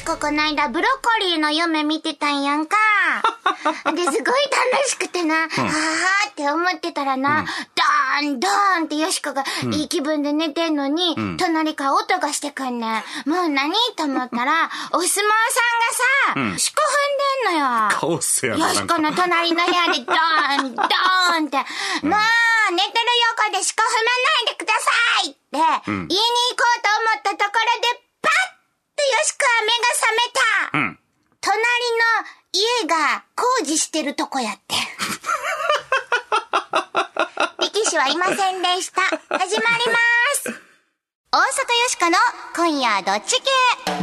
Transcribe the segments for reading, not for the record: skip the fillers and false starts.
ここないだブロッコリーの夢見てたんやんか。ですごい楽しくてな、って思ってたらな、ドーンドーンってよしこがいい気分で寝てんのに、隣から音がしてくんねん。もう何と思ったら、お相撲さんがさ、四股踏んでんのよ。 カオスやな。 よしこの隣の部屋でドーンドーンって、もう寝てる横で四股踏まないでくださいって言いに行こうと思ったところで、パッとよしこは目が覚めた。隣の家が工事してるとこやって。力士はいませんでした。始まります。大阪よしこの今夜どっち系。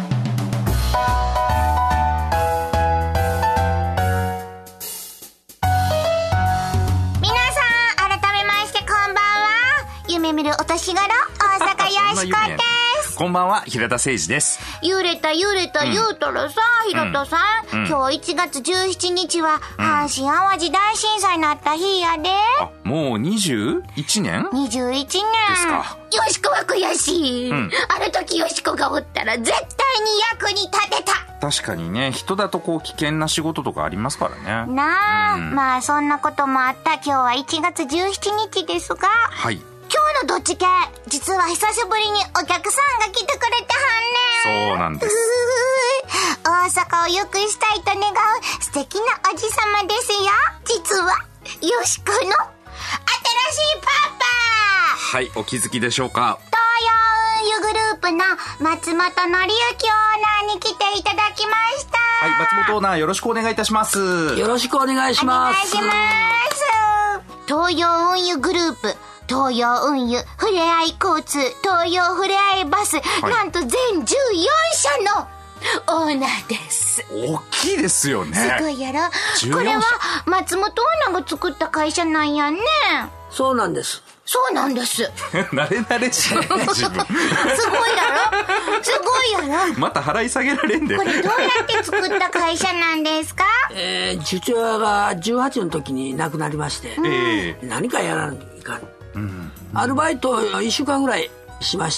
皆さん改めましてこんばんは。夢見るお年頃大阪よしこです。 こんばんは、平田誠二です。 揺れた言うたらさ、平田さん、今日1月17日は阪神淡路大震災になった日やで。 あ、もう21年 ?21 年。 ですか。 よしこは悔しい。あの時よしこがおったら絶対に役に立てた。 確かにね、人だとこう危険な仕事とかありますからね。 なあ、まあそんなこともあった今日は1月17日ですが、 はい。 今日のどっち系、実は久しぶりにお客さんが来てくれてはんねん。 そうなんです。 大阪を良くしたいと願う素敵なおじさまですよ。実はよしこの新しいパパ。 はい、お気づきでしょうか。 東洋運輸グループの松本紀之オーナーに来ていただきました。 はい、松本オーナーよろしくお願いいたします。 よろしくお願いします。 お願いします。東洋運輸グループ、東洋運輸、ふれあい交通、東洋ふれあいバス、なんと全14社のオーナーです。 大きいですよね。 すごいやろ。これは松本オーナーが作った会社なんやね。 そうなんです。 そうなんです。 慣れ慣れしいね、自分。 すごいやろ。すごいやろ。 また払い下げられんで。 これどうやって作った会社なんですか？ 父親が18の時に亡くなりまして、何かやらないかん。アルバイトを1週間ぐらいしまして、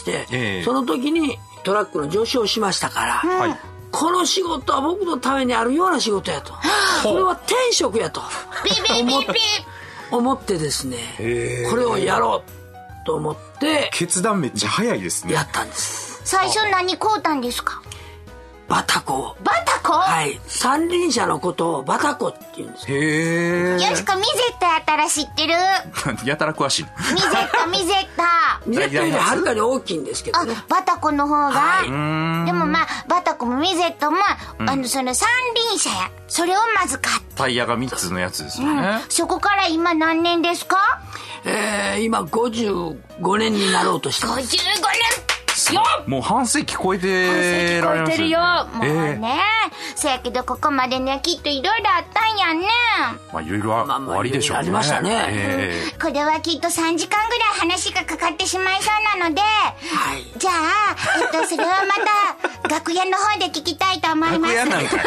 その時にトラックの助手をしましたから、この仕事は僕のためにあるような仕事やと、これは転職やと思ってですね、これをやろうと思って決断めっちゃ早いですね。 やったんです。 最初何買うたんですか？ バタコ。 バタコ？ はい。三輪車のことをバタコって言うんですよ。 へよしこ、ミゼットやったら知ってる？ やたら詳しい。 ミゼット。 ミゼットよりはるかに大きいんですけどね。 バタコの方が。でもまあ、バタコもミゼットも、その三輪車や。それをまず買って。 タイヤが3つのやつですよね。 そこから今何年ですか？ 今55年になろうとしてます。 55年もう半世紀超えてられますよね。 半世紀超えてるよ。もうね。そやけどここまでね、きっといろいろあったんやね。 まあいろいろ終わりでしょうね。 ありましたね。 これはきっと3時間ぐらい話がかかってしまいそうなので、じゃあ、それはまた楽屋の方で聞きたいと思います。 楽屋なんか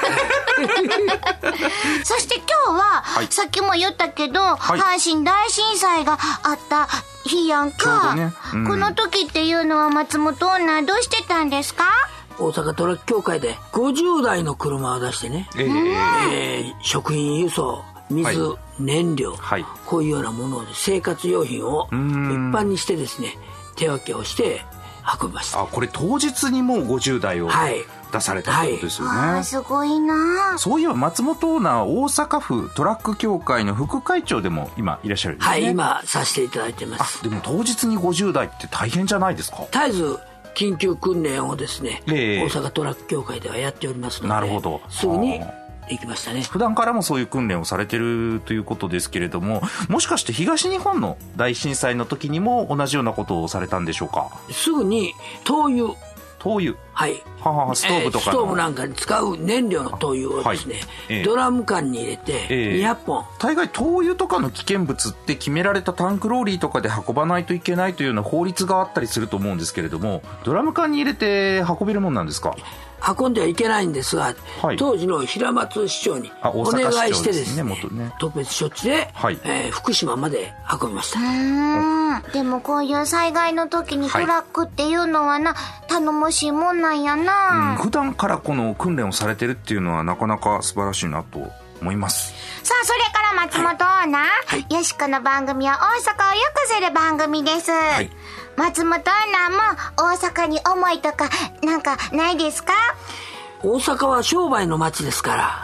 そして今日は、さっきも言ったけど、阪神大震災があった日やんか。この時っていうのは松本オーナーどうしてたんですか？ 大阪トラック協会で50台の車を出してね、食品輸送、水、燃料、こういうようなもので生活用品を一般にしてですね、手分けをして運びました。 これ当日にもう50台を出されたってことですよね。 すごいな。 そういえば松本オーナーは大阪府トラック協会の副会長でも今いらっしゃるんですね。 今させていただいてます。 でも当日に50台って大変じゃないですか？ 絶えず緊急訓練をですね、大阪トラック協会ではやっておりますので。なるほど。すぐに行きましたね。 普段からもそういう訓練をされてるということですけれども、もしかして東日本の大震災の時にも同じようなことをされたんでしょうか？ すぐに灯油、ストーブとかストーブなんかに使う燃料の灯油をですね、ドラム缶に入れて200本、 大概灯油とかの危険物って決められたタンクローリーとかで運ばないといけないというような法律があったりすると思うんですけれども、ドラム缶に入れて運べるもんなんですか？ 運んではいけないんですが、当時の平松市長にお願いしてですね、特別処置で、福島まで運びました。 でもこういう災害の時にトラックっていうのはな、 頼もしいもんなんやな。 普段からこの訓練をされてるっていうのはなかなか素晴らしいなと思います。 さあ、それから松本オーナー、よしこの番組は大阪を良くする番組です。松本オーナーも大阪に思いとかなんかないですか？ 大阪は商売の街ですから、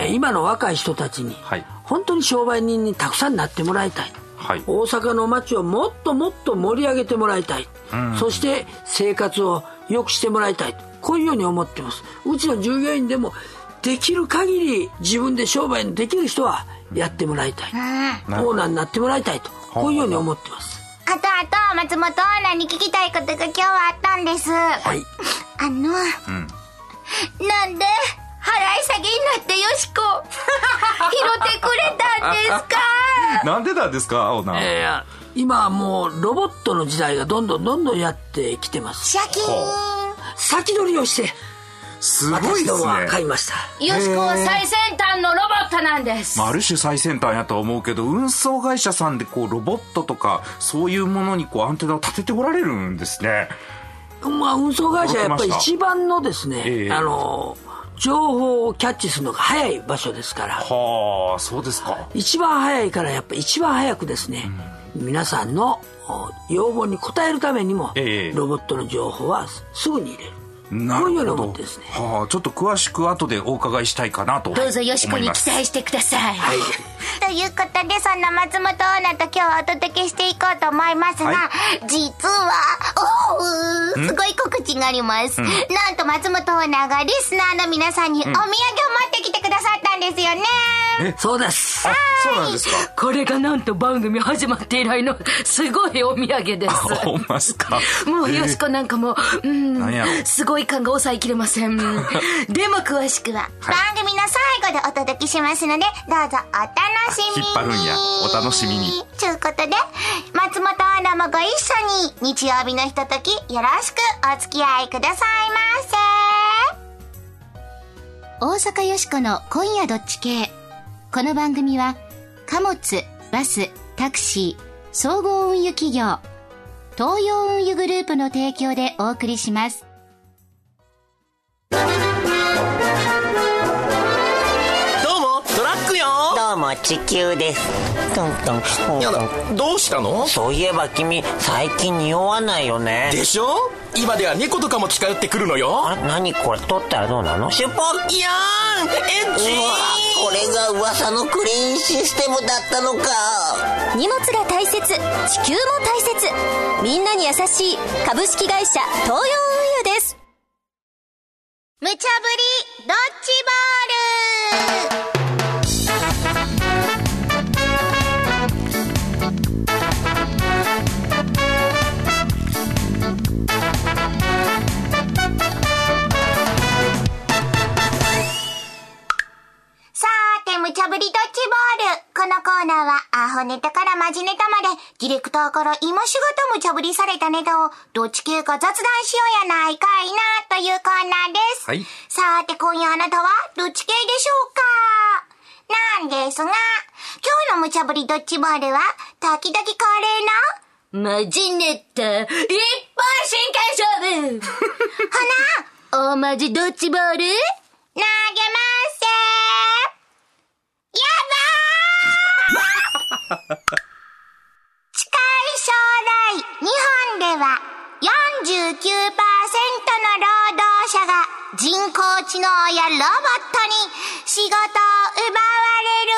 今の若い人たちに、本当に商売人にたくさんなってもらいたい、大阪の街をもっともっと盛り上げてもらいたい、そして生活を良くしてもらいたい、こういうように思ってます。うちの従業員でもできる限り自分で商売のできる人はやってもらいたい、オーナーになってもらいたいと、こういうように思ってます。 あと松本オーナーに聞きたいことが今日はあったんです。なんで払い下げになってよしこ拾ってくれたんですか？ なんでなんですかオーナー。 今はもうロボットの時代がどんどんやってきてます。 シャキーン先取りをしてすごいですね。 私どもは買いました。 よしこは最先端のロボットなんです。 ある種最先端やとは思うけど、運送会社さんでこうロボットとかそういうものにこうアンテナを立てておられるんですね。 運送会社はやっぱり一番のですね、情報をキャッチするのが早い場所ですから。 はあ、そうですか。 一番早いからやっぱ一番早くですね、皆さんの要望に応えるためにも、ロボットの情報はすぐに入れる。こういうように思ってですね。 ちょっと詳しく後でお伺いしたいかなと思います。 どうぞよしこに期待してください。 ということで、そんな松本オーナーと今日はお届けしていこうと思いますが、実はすごい告知があります。なんと松本オーナーがリスナーの皆さんにお土産を持ってきてくださったんですよね。 そうです。 そうなんですか。 これがなんと番組始まって以来のすごいお土産です。 ほんますか。 もうよしこなんかもすごい感が抑えきれません。でも詳しくは番組の最後でお届けしますので、どうぞお楽しみに。 引っ張るんや。お楽しみに。 ということで、松本アナもご一緒に日曜日のひとときよろしくお付き合いくださいませ。大阪よしこの今夜どっち系。この番組は貨物、バス、タクシー、総合運輸企業、東洋運輸グループの提供でお送りします。 どうもトラックよ。 どうも地球です。トントントン。 やだ、どうしたの？ そういえば君最近匂わないよね。 でしょ？今では猫とかも近寄ってくるのよ。 何これ、取ったらどうなの？シュポッ。 いやーん、エッチー。 うわ、これが噂のクリーンシステムだったのか。 荷物が大切、地球も大切、みんなに優しい株式会社東洋運輸です。 無茶ぶりドッジボール。無茶ぶりドッジボール。このコーナーはアホネタからマジネタまでディレクターから今しがた無茶ぶりされたネタをどっち系か雑談しようやないかいなというコーナーです。さて今夜あなたはどっち系でしょうか。なんですが、今日の無茶ぶりドッジボールは時々恒例のマジネタ一本真剣勝負花大マジドッジボール投げますやばー近い将来、日本では 49% の労働者が人工知能やロボットに仕事を奪われる。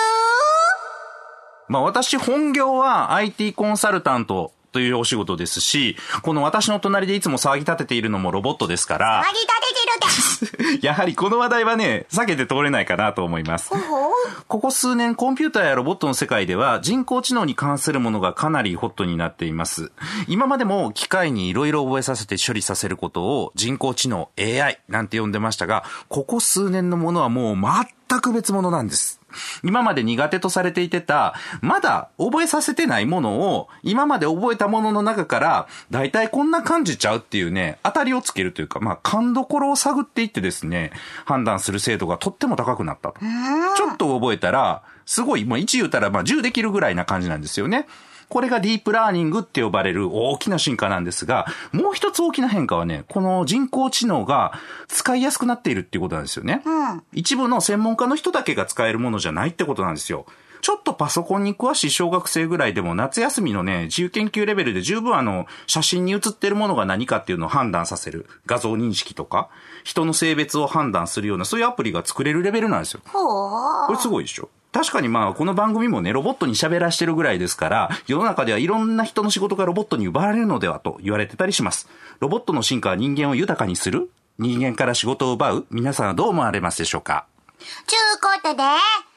私本業は IT コンサルタントというお仕事ですし、この私の隣でいつも騒ぎ立てているのもロボットですから、 騒ぎ立ててるやはりこの話題はね、避けて通れないかなと思います。ここ数年コンピューターやロボットの世界では人工知能に関するものがかなりホットになっています。今までも機械にいろいろ覚えさせて処理させることを人工知能 AI なんて呼んでましたが、ここ数年のものはもう全く別物なんです。今まで苦手とされていてた、まだ覚えさせてないものを、今まで覚えたものの中から、だいたいこんな感じちゃうっていうね、当たりをつけるというか、勘どころを探っていってですね、判断する精度がとっても高くなったと。ちょっと覚えたら、すごい、1言うたら10できるぐらいな感じなんですよね。 これがディープラーニングって呼ばれる大きな進化なんですが、もう一つ大きな変化はね、この人工知能が使いやすくなっているっていうことなんですよね。一部の専門家の人だけが使えるものじゃないってことなんですよ。ちょっとパソコンに詳しい小学生ぐらいでも夏休みのね、自由研究レベルで十分写真に写ってるものが何かっていうのを判断させる画像認識とか、人の性別を判断するようなそういうアプリが作れるレベルなんですよ。これすごいでしょ。確かにこの番組もね、ロボットに喋らしてるぐらいですから、世の中ではいろんな人の仕事がロボットに奪われるのではと言われてたりします。ロボットの進化は人間を豊かにする？人間から仕事を奪う？皆さんはどう思われますでしょうか？ ちゅうことで、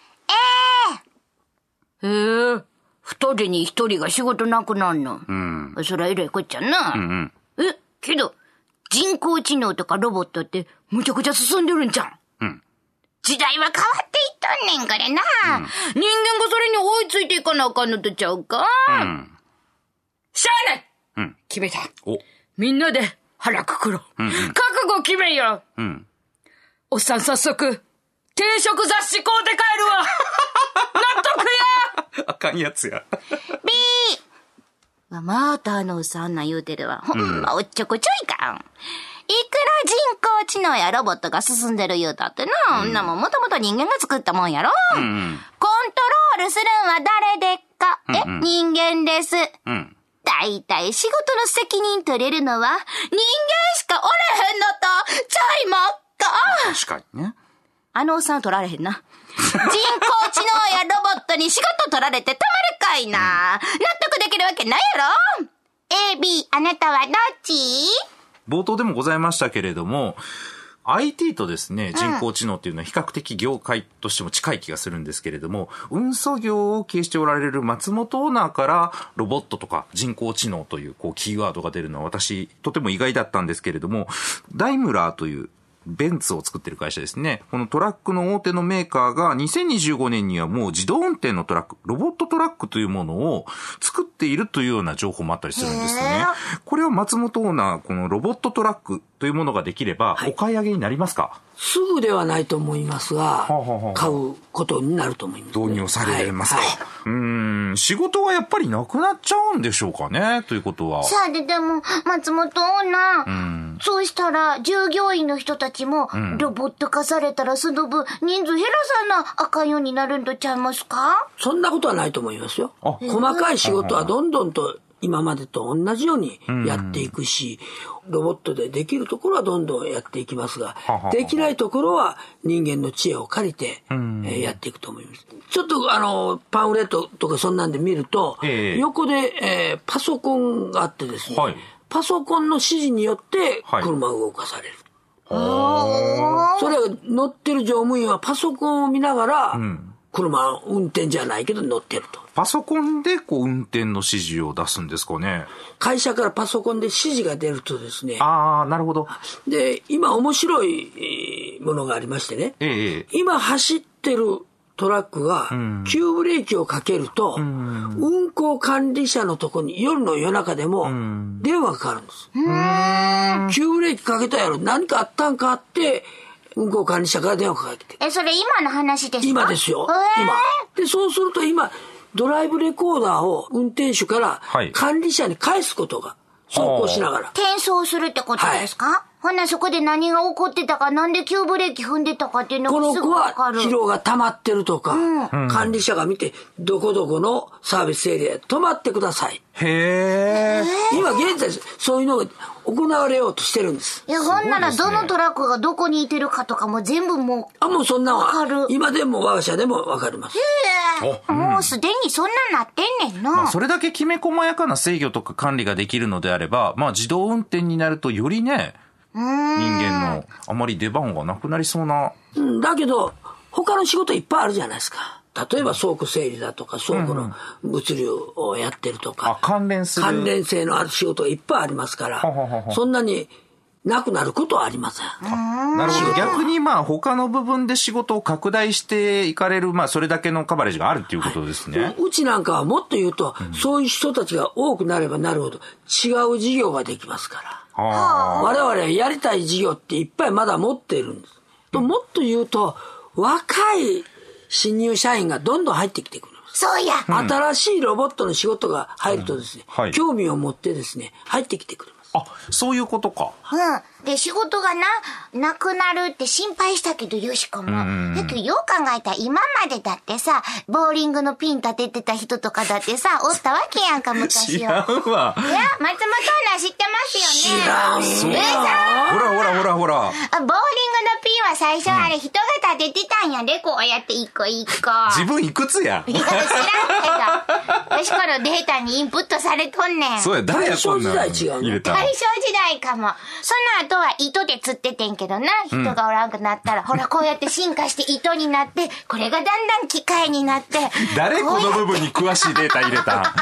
二人に一人が仕事なくなるの。そらえらいこっちゃな。けど、人工知能とかロボットってむちゃくちゃ進んでるんじゃん。 時代は変わっていっとんねんからな。 人間がそれに追いついていかなあかんのとちゃうか？しゃあない、決めた。みんなで腹くくろう。覚悟決めよ。おっさん早速、定食雑誌買うて帰るわ。納得や。 あかんやつや。 またおっさんなん言うてるわ。ほんまおっちょこちょいかん。いくら人工知能やロボットが進んでる言うたってな、んなもんもともと人間が作ったもんやろ。コントロールするんは誰でっか、人間です。だいたい仕事の責任取れるのは人間しかおれへんのとちゃいまっか。 確かにね。 おっさん取られへんな。人工知能やロボットに仕事取られてたまるかいな。納得できるわけないやろ。AB、あなたはどっち？ 冒頭でもございましたけれども、IT とですね、人工知能っていうのは比較的業界としても近い気がするんですけれども、運送業を経営しておられる松本オーナーからロボットとか人工知能というキーワードが出るのは私とても意外だったんですけれども、ダイムラーというベンツを作ってる会社ですね。このトラックの大手のメーカーが2025年にはもう自動運転のトラック、ロボットトラックというものを作っているというような情報もあったりするんですよね。これは松本オーナー、このロボットトラックというものができればお買い上げになりますか？ すぐではないと思いますが、買うことになると思います、 導入されますか？仕事はやっぱりなくなっちゃうんでしょうかね、ということは。 さあでも松本オーナー、そうしたら従業員の人たちもロボット化されたらその分人数減らさなあかんようになるんとちゃいますか？ そんなことはないと思いますよ。細かい仕事はどんどんと今までと同じようにやっていくし、ロボットでできるところはどんどんやっていきますが、できないところは人間の知恵を借りて、やっていくと思います。ちょっとパンフレットとかそんなんで見ると、横で、パソコンがあってですね、パソコンの指示によって車が動かされる。それが乗ってる乗務員はパソコンを見ながら、車運転じゃないけど乗ってると。 パソコンで運転の指示を出すんですかね。 会社からパソコンで指示が出るとですね。 なるほど。 で、今面白いものがありましてね。今走ってるトラックが急ブレーキをかけると、運行管理者のとこに夜中でも電話がかかるんです。急ブレーキかけたやろ、何かあったんかって運行管理者から電話かけて。 それ今の話ですか？ 今ですよ。今。で、そうすると今、ドライブレコーダーを運転手から管理者に返すことが、走行しながら。 転送するってことですか？ほんなそこで何が起こってたか、なんで急ブレーキ踏んでたかっていうのがすぐわかる。 この子は疲労が溜まってるとか、管理者が見て、どこどこのサービスエリアへ止まってください。今現在、そういうのが行われようとしてるんです。 いや、ほんならどのトラックがどこにいてるかとかも全部もうそんなのは、今でも我が社でもわかります。 もうすでにそんななってんねんな。 それだけきめ細やかな制御とか管理ができるのであれば、自動運転になるとよりね、人間のあまり出番がなくなりそうな。 だけど他の仕事いっぱいあるじゃないですか。例えば倉庫整理だとか倉庫の物流をやってるとか、 関連性のある仕事がいっぱいありますから、そんなになくなることはありません。 なるほど。逆に他の部分で仕事を拡大していかれる、それだけのカバレージがあるっていうことですね。 うちなんかはもっと言うと、そういう人たちが多くなればなるほど違う事業ができますから。我々はやりたい事業っていっぱいまだ持っているんです。もっと言うと、若い新入社員がどんどん入ってきてくるんです。 そうや。 新しいロボットの仕事が入るとですね、興味を持ってですね、入ってきてくれます。 あ、そういうことか。 で、仕事がなくなるって心配したけど、よしこも。だけど、よう考えたら、今までだってさ、ボーリングのピン立ててた人とかだってさ、おったわけやんか、昔は。 知らんわ。 いや、松本アナ知ってますよね。 知らん。 そう。ほら。 ボーリングのピンは最初あれ、人が立ててたんやで、こうやって一個一個。 自分いくつや。 いや、知らんけど、よしこのデータにインプットされとんねん。 そうや、誰やこんなん大正時代違うの入れた。 大正時代かも。その後は糸で釣っててんけどな。人がおらんくなったら、ほら、こうやって進化して糸になって、これがだんだん機械になって。 誰この部分に詳しいデータ入れた。 こうや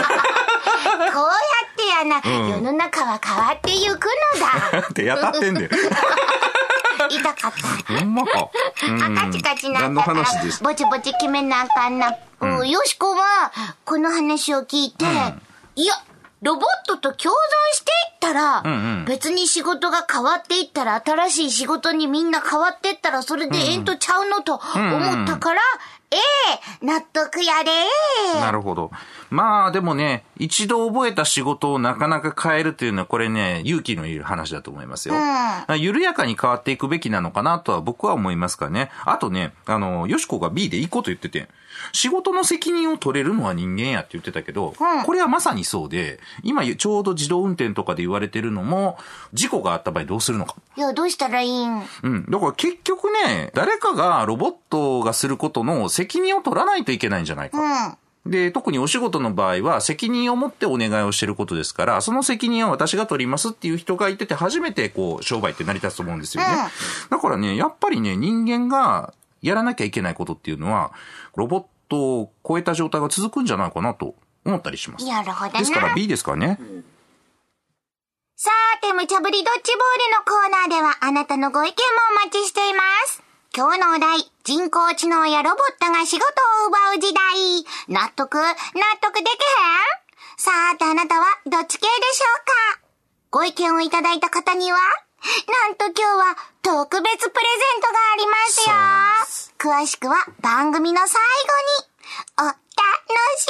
ってやな、世の中は変わってゆくのだ。 ってやたってんで。 痛かった。 ほんまか。 カチカチな何のったから話ですぼちぼち決めなあかんな。よしこはこの話を聞いて、いやロボットと共存していったら、別に仕事が変わっていったら、新しい仕事にみんな変わっていったら、それでええんとちゃうのと思ったから、納得やで。 なるほど。まあでもね、一度覚えた仕事をなかなか変えるっていうのはこれね、勇気のいる話だと思いますよ。緩やかに変わっていくべきなのかなとは僕は思いますからね。あとね、よしこが B でいいこと言ってて、仕事の責任を取れるのは人間やって言ってたけど、これはまさにそうで、今ちょうど自動運転とかで言われてるのも、事故があった場合どうするのか。 いや、どうしたらいいん？ だから結局ね、誰かがロボットがすることの責任を取らないといけないんじゃないか。で、特にお仕事の場合は責任を持ってお願いをしてることですから、その責任は私が取りますっていう人がいてて初めてこう商売って成り立つと思うんですよね。だからね、やっぱりね、人間がやらなきゃいけないことっていうのは、ロボットを超えた状態が続くんじゃないかなと思ったりします。 なるほどな。 ですから B ですかね。 さーて、無茶ぶりドッジボールのコーナーではあなたのご意見もお待ちしています。今日のお題、人工知能やロボットが仕事を奪う時代。納得できへん？さーて、あなたはどっち系でしょうか？ご意見をいただいた方には、なんと今日は特別プレゼントがありますよ。詳しくは番組の最後にお楽し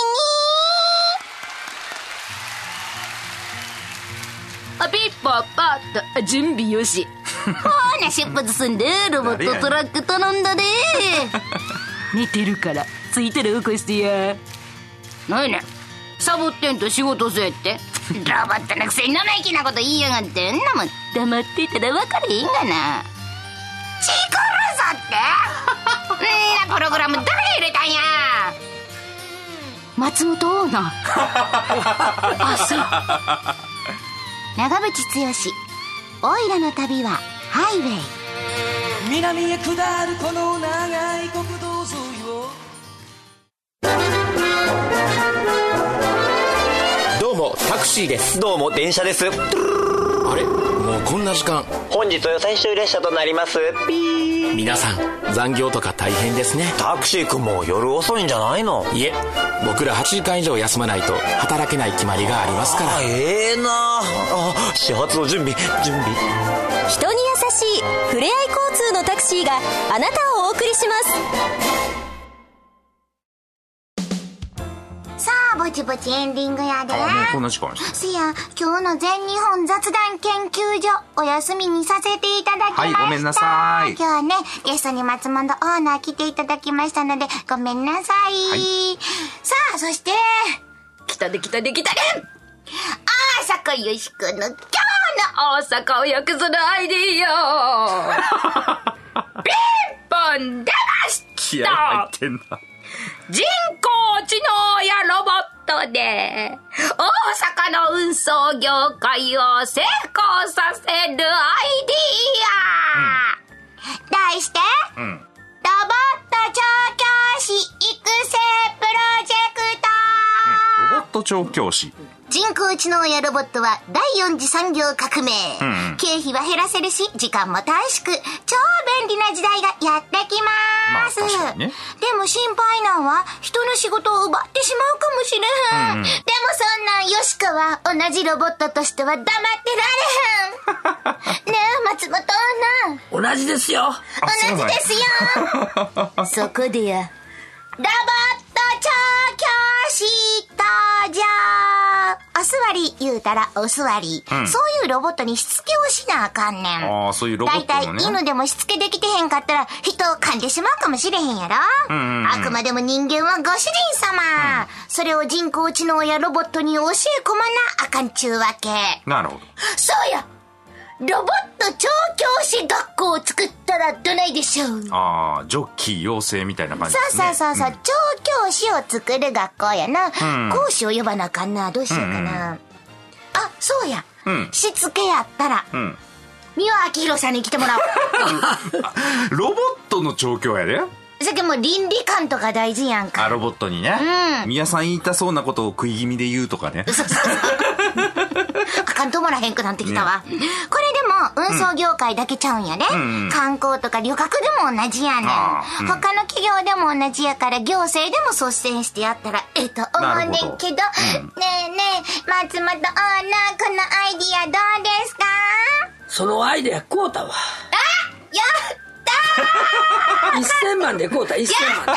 みに。 ピッポッパッと準備よし。ほな出発すんで、ロボットトラック頼んだで。寝てるからついたら起こしてや。何やねん、サボってんと仕事せえって。ロボットのくせに生意気なこと言いやがって。んなもん黙ってたら分かれへんがな。チクるぞってんなプログラム誰入れたんや。松本オーナー。あ、そう。 長渕剛、オイラの旅はハイウェイ。 南へ下るこの長い国道沿いを。 どうもタクシーです。 どうも電車です。 あれ、もうこんな時間。 本日は最終列車となります。ピー。 皆さん残業とか大変ですね。 タクシー君も夜遅いんじゃないの？ いえ、僕ら8時間以上休まないと働けない決まりがありますから。 ええなあ。始発の準備。 人に優しいふれあい交通のタクシーがあなたをお送りします。 さあ、ぼちぼちエンディングやで。 もうこんな時間です。 せや、今日の全日本雑談研究所お休みにさせていただきました。 はい、ごめんなさい。 今日はね、ゲストに松本オーナー来ていただきましたのでごめんなさい、さあ、そして来たで大阪よしこの今日の大阪を良くするアイディア。ピンポン出ました。 気合入ってんな。 人工知能やロボットで大阪の運送業界を成功させるアイディア、 題して、ロボット調教師育成プロジェクト、 ロボット調教師。 人工知能やロボットは第4次産業革命、経費は減らせるし時間も短縮、超便利な時代がやってきます、 まあ確かにね。 でも心配なんは人の仕事を奪ってしまうかもしれへん、でもそんなんよしこは同じロボットとしては黙ってられへんねえ松本アナ、 同じですよ。 同じですよそこでやロボット調教師登場。お座り言うたらお座り、そういうロボットにしつけをしなあかんねん。 ああ、そういうロボットのね。 だいたい犬でもしつけできてへんかったら人を噛んでしまうかもしれへんやろ。あくまでも人間はご主人様、それを人工知能やロボットに教え込まなあかんちゅうわけ。 なるほど。 そうや、ロボット調教師学校を作ったらどないでしょう。 ああ、ジョッキー養成みたいな感じですね。 そう、調教師を作る学校やな、講師を呼ばなあかんな。どうしようかな、あ、そうや、しつけやったら、三輪明宏さんに来てもらおう。 ロボットの調教やで。 さっきも倫理観とか大事やんか。 ロボットにね、宮さん言いたそうなことを食い気味で言うとかね。 あかんともらへんくなってきたわ、これでも運送業界だけちゃうんやね、観光とか旅客でも同じやねん。他の企業でも同じやから、行政でも率先してやったらええと思うねんけど、ねえねえ松本オーナー、このアイディアどうですか？ そのアイデア買うたわ。 やったー 1000万で買うた。1000万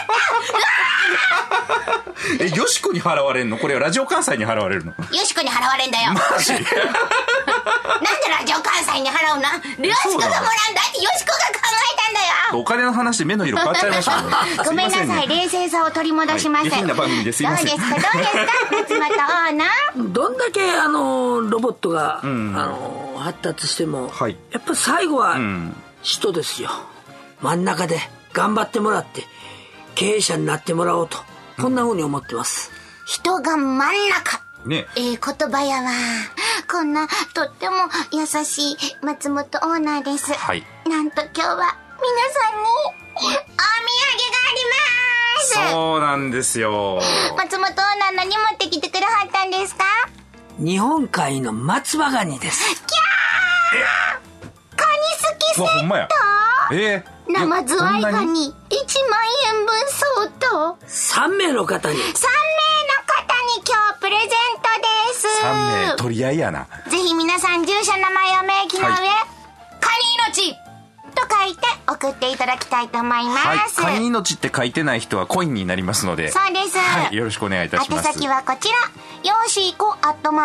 で。よしこに払われんの？これはラジオ関西に払われるの？よしこに払われんだよ。 マジ？ なんでラジオ関西に払うな？よしこがもらうんだってよしこが考えたんだよ。 お金の話で目の色変わっちゃいましたね。 ごめんなさい、冷静さを取り戻します。 下品な番組ですいません。 どうですか松本オーナー。 どんだけロボットが、発達しても、やっぱ最後は人ですよ。真ん中で頑張ってもらって経営者になってもらおうと、こんな風に思ってます。 人が真ん中ね、 言葉やわ。こんなとっても優しい松本オーナーです、なんと今日は皆さんにお土産があります。 そうなんですよ。 松本オーナー何持ってきてくれはったんですか？ 日本海の松葉ガニです。 キャー、カニすきセット。 ほんまや。 生ズワイガニ1万円分相当。 3名の方に今日プレゼントです。 3名取り合いやな。 ぜひ皆さん住所名前を明記の上、カニ命と書いて送っていただきたいと思います。 カニ命って書いてない人はコインになりますので。 そうです。 よろしくお願いいたします。 宛先はこちら、よーしーこ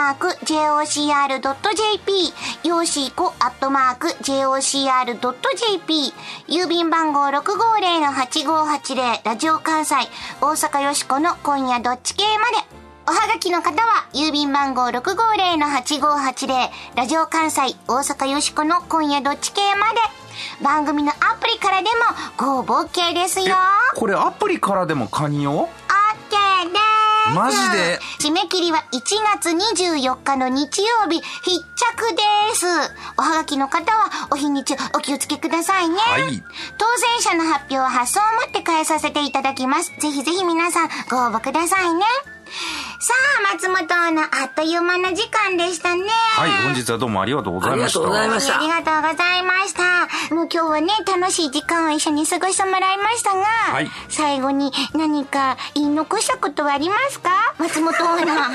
@jocr.jp、よーしーこ@jocr.jp、郵便番号650-8580、ラジオ関西大阪よしこの今夜どっち系まで。おはがきの方は郵便番号650-8580、ラジオ関西大阪よしこの今夜どっち系まで。番組のアプリからでもご応募 OK ですよ。 これアプリからでもカニを OK です。 マジで？ 締め切りは1月24日の日曜日必着です。おはがきの方はお日にちお気をつけくださいね。当選者の発表は発送をもって返させていただきます。ぜひぜひ皆さんご応募くださいね。さあ松本アナ、あっという間の時間でしたね。 本日はどうもありがとうございました。 ありがとうございました。 ありがとうございました。もう今日はね、楽しい時間を一緒に過ごしてもらいましたが、最後に何か言い残したことはありますか、松本アナ。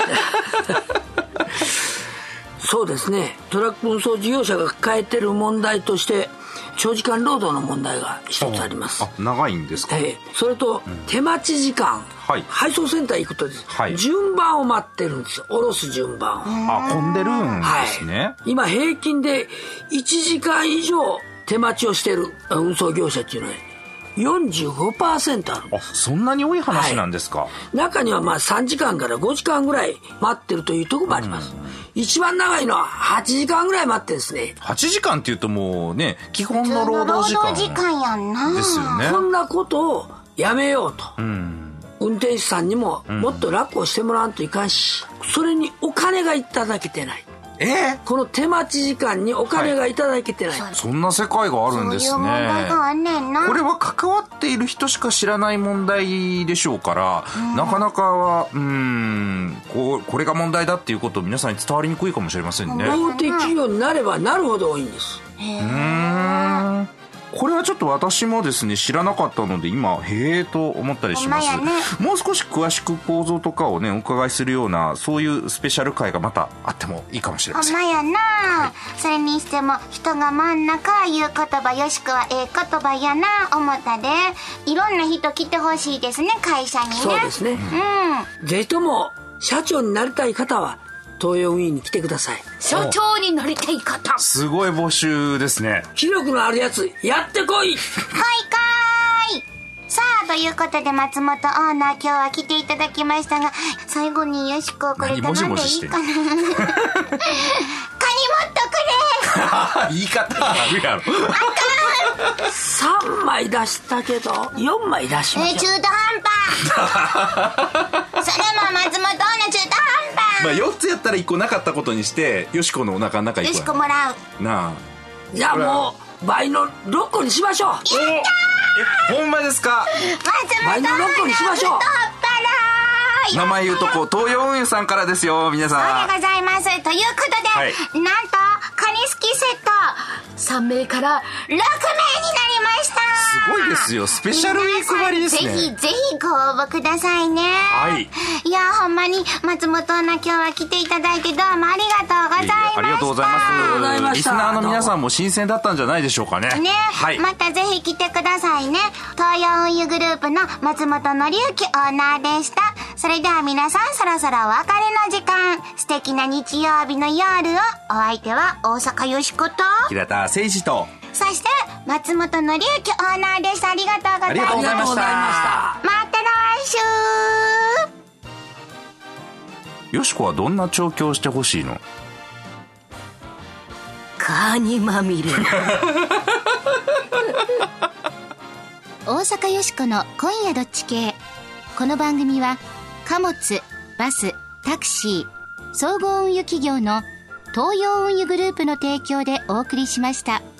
そうですね、トラック運送事業者が抱えている問題として長時間労働の問題が一つあります。 長いんですか？ それと手待ち時間、配送センター行くとです、順番を待ってるんですよ。下ろす順番を。 混んでるんですね。 今平均で1時間以上手待ちをしてる運送業者っていうのは 45% あるんです。 そんなに多い話なんですか？ 中には3時間から5時間ぐらい待ってるというところもあります。一番長いのは8時間ぐらい待ってるんですね。 8時間っていうともうね、基本の労働時間やんな。 ですよね。 こんなことをやめようと、運転手さんにももっと楽をしてもらわんといかんし、それにお金がいただけてない。この手待ち時間にお金がいただけてない、 そんな世界があるんですね。 そういう問題があんねんな。 これは関わっている人しか知らない問題でしょうから、なかなかはこれが問題だっていうことを皆さんに伝わりにくいかもしれませんね。 大手企業になればなるほど多いんです。 これはちょっと私もですね知らなかったので今へえと思ったりします、ね、もう少し詳しく構造とかをねお伺いするようなそういうスペシャル回がまたあってもいいかもしれません。 ほんまやな、はい、それにしても人が真ん中言う言葉よしくは言葉やな思ったで、いろんな人来てほしいですね会社にね。 そうですね、ぜひとも社長になりたい方は東洋運輸に来てください。 社長になりたい方すごい募集ですね。 気力のあるやつやってこい。 さあということで松本オーナー今日は来ていただきましたが、最後によしここれ頼んでいいかなカニもっとくれ言い方あるやろ。 3枚出したけど4枚出しましょう。 中途半端それも松本オーナー中途半端、 まあ4つやったら1個なかったことにしてよしこのお腹の中によしこもらうなあ。 じゃあもう倍の6個にしましょう。 やったー。ほんまですか。 倍の6個にしましょう。 名前言うとこ東洋運輸さんからですよ皆さん。 そうでございます。ということで、はい、なんとカニスキセット3名から6名になりました。 すごいですよ。スペシャルウィーク割ですね。 ぜひぜひご応募くださいね。 はい。 いやほんまに松本アナ今日は来ていただいてどうもありがとうございました。 ありがとうございます。リスナーの皆さんも新鮮だったんじゃないでしょうかね。 ね、 はい、 またぜひ来てくださいね。東洋運輸グループの松本紀之オーナーでした。それでは皆さんそろそろお別れの時間。素敵な日曜日の夜を。お相手は大阪よしこと平田誠二と、 そして松本紀之オーナーでした。ありがとうございました。 ありがとうございました。 また来週。よしこはどんな調教してほしいの？ カニまみれ。 大阪よしこの今夜どっち系。この番組は貨物、バス、タクシー、総合運輸企業の東洋運輸グループの提供でお送りしました。